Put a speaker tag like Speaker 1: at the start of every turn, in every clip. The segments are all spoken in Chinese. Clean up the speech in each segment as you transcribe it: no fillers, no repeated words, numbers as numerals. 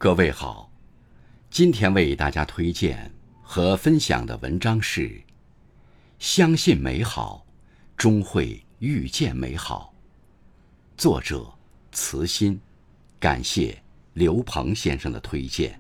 Speaker 1: 各位好，今天为大家推荐和分享的文章是相信美好，终会遇见美好。作者慈心，感谢刘鹏先生的推荐。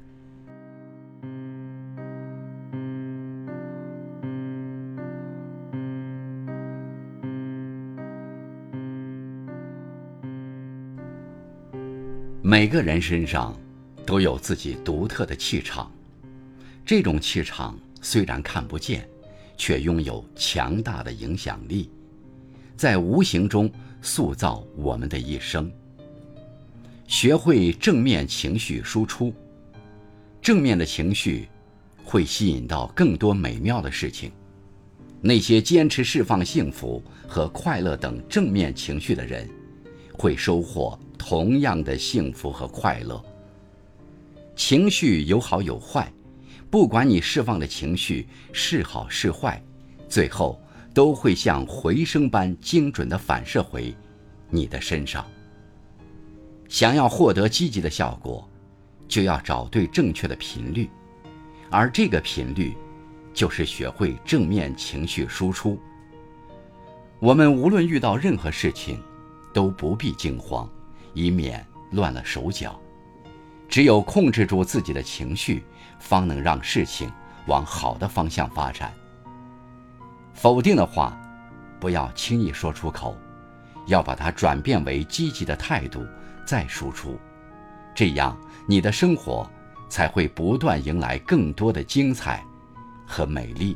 Speaker 1: 每个人身上都有自己独特的气场，这种气场虽然看不见，却拥有强大的影响力，在无形中塑造我们的一生。学会正面情绪输出，正面的情绪会吸引到更多美妙的事情。那些坚持释放幸福和快乐等正面情绪的人，会收获同样的幸福和快乐。情绪有好有坏，不管你释放的情绪是好是坏，最后都会像回声般精准地反射回你的身上。想要获得积极的效果，就要找对正确的频率，而这个频率就是学会正面情绪输出。我们无论遇到任何事情，都不必惊慌，以免乱了手脚。只有控制住自己的情绪，方能让事情往好的方向发展。否定的话不要轻易说出口，要把它转变为积极的态度再输出，这样你的生活才会不断迎来更多的精彩和美丽。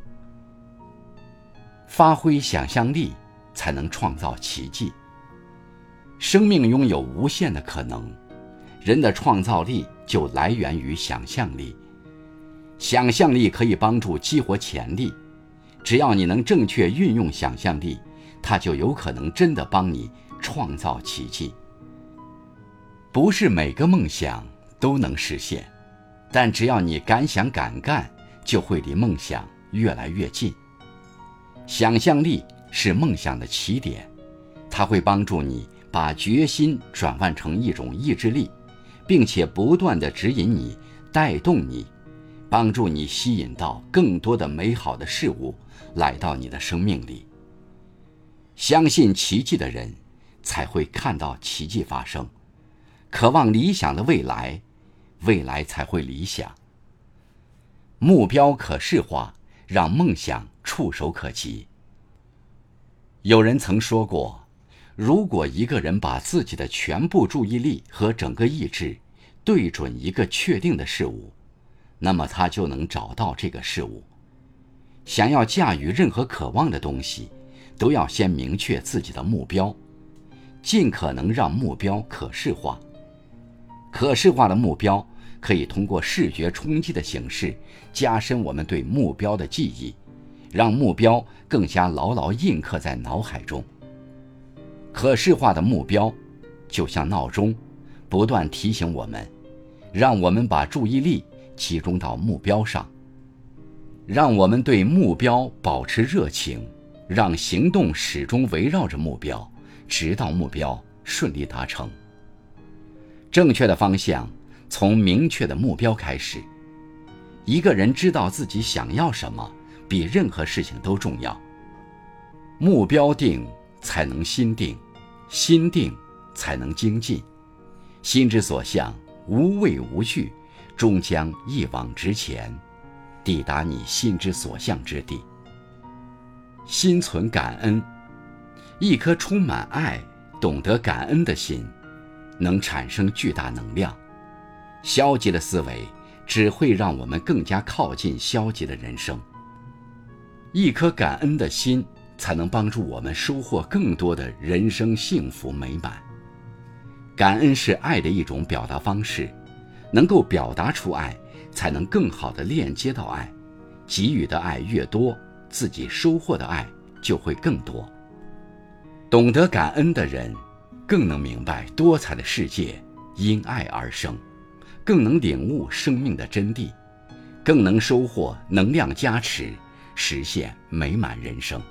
Speaker 1: 发挥想象力，才能创造奇迹。生命拥有无限的可能，人的创造力就来源于想象力。想象力可以帮助激活潜力，只要你能正确运用想象力，它就有可能真的帮你创造奇迹。不是每个梦想都能实现，但只要你敢想敢干，就会离梦想越来越近。想象力是梦想的起点，它会帮助你把决心转换成一种意志力，并且不断地指引你，带动你，帮助你吸引到更多的美好的事物来到你的生命里。相信奇迹的人才会看到奇迹发生，渴望理想的未来，未来才会理想。目标可视化，让梦想触手可及。有人曾说过，如果一个人把自己的全部注意力和整个意志对准一个确定的事物，那么他就能找到这个事物。想要驾驭任何渴望的东西，都要先明确自己的目标，尽可能让目标可视化。可视化的目标可以通过视觉冲击的形式，加深我们对目标的记忆，让目标更加牢牢印刻在脑海中。可视化的目标就像闹钟，不断提醒我们，让我们把注意力集中到目标上，让我们对目标保持热情，让行动始终围绕着目标，直到目标顺利达成。正确的方向从明确的目标开始。一个人知道自己想要什么，比任何事情都重要。目标定才能心定，心定才能精进。心之所向，无畏无惧，终将一往直前，抵达你心之所向之地。心存感恩，一颗充满爱、懂得感恩的心，能产生巨大能量。消极的思维只会让我们更加靠近消极的人生。一颗感恩的心，才能帮助我们收获更多的人生幸福美满。感恩是爱的一种表达方式，能够表达出爱，才能更好地链接到爱。给予的爱越多，自己收获的爱就会更多。懂得感恩的人，更能明白多彩的世界因爱而生，更能领悟生命的真谛，更能收获能量加持，实现美满人生。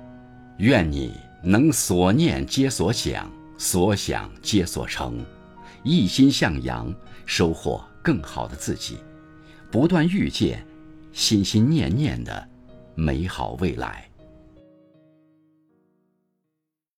Speaker 1: 愿你能所念皆所想，所想皆所成， 一心向阳，收获更好的自己，不断遇见心心念念的美好未来。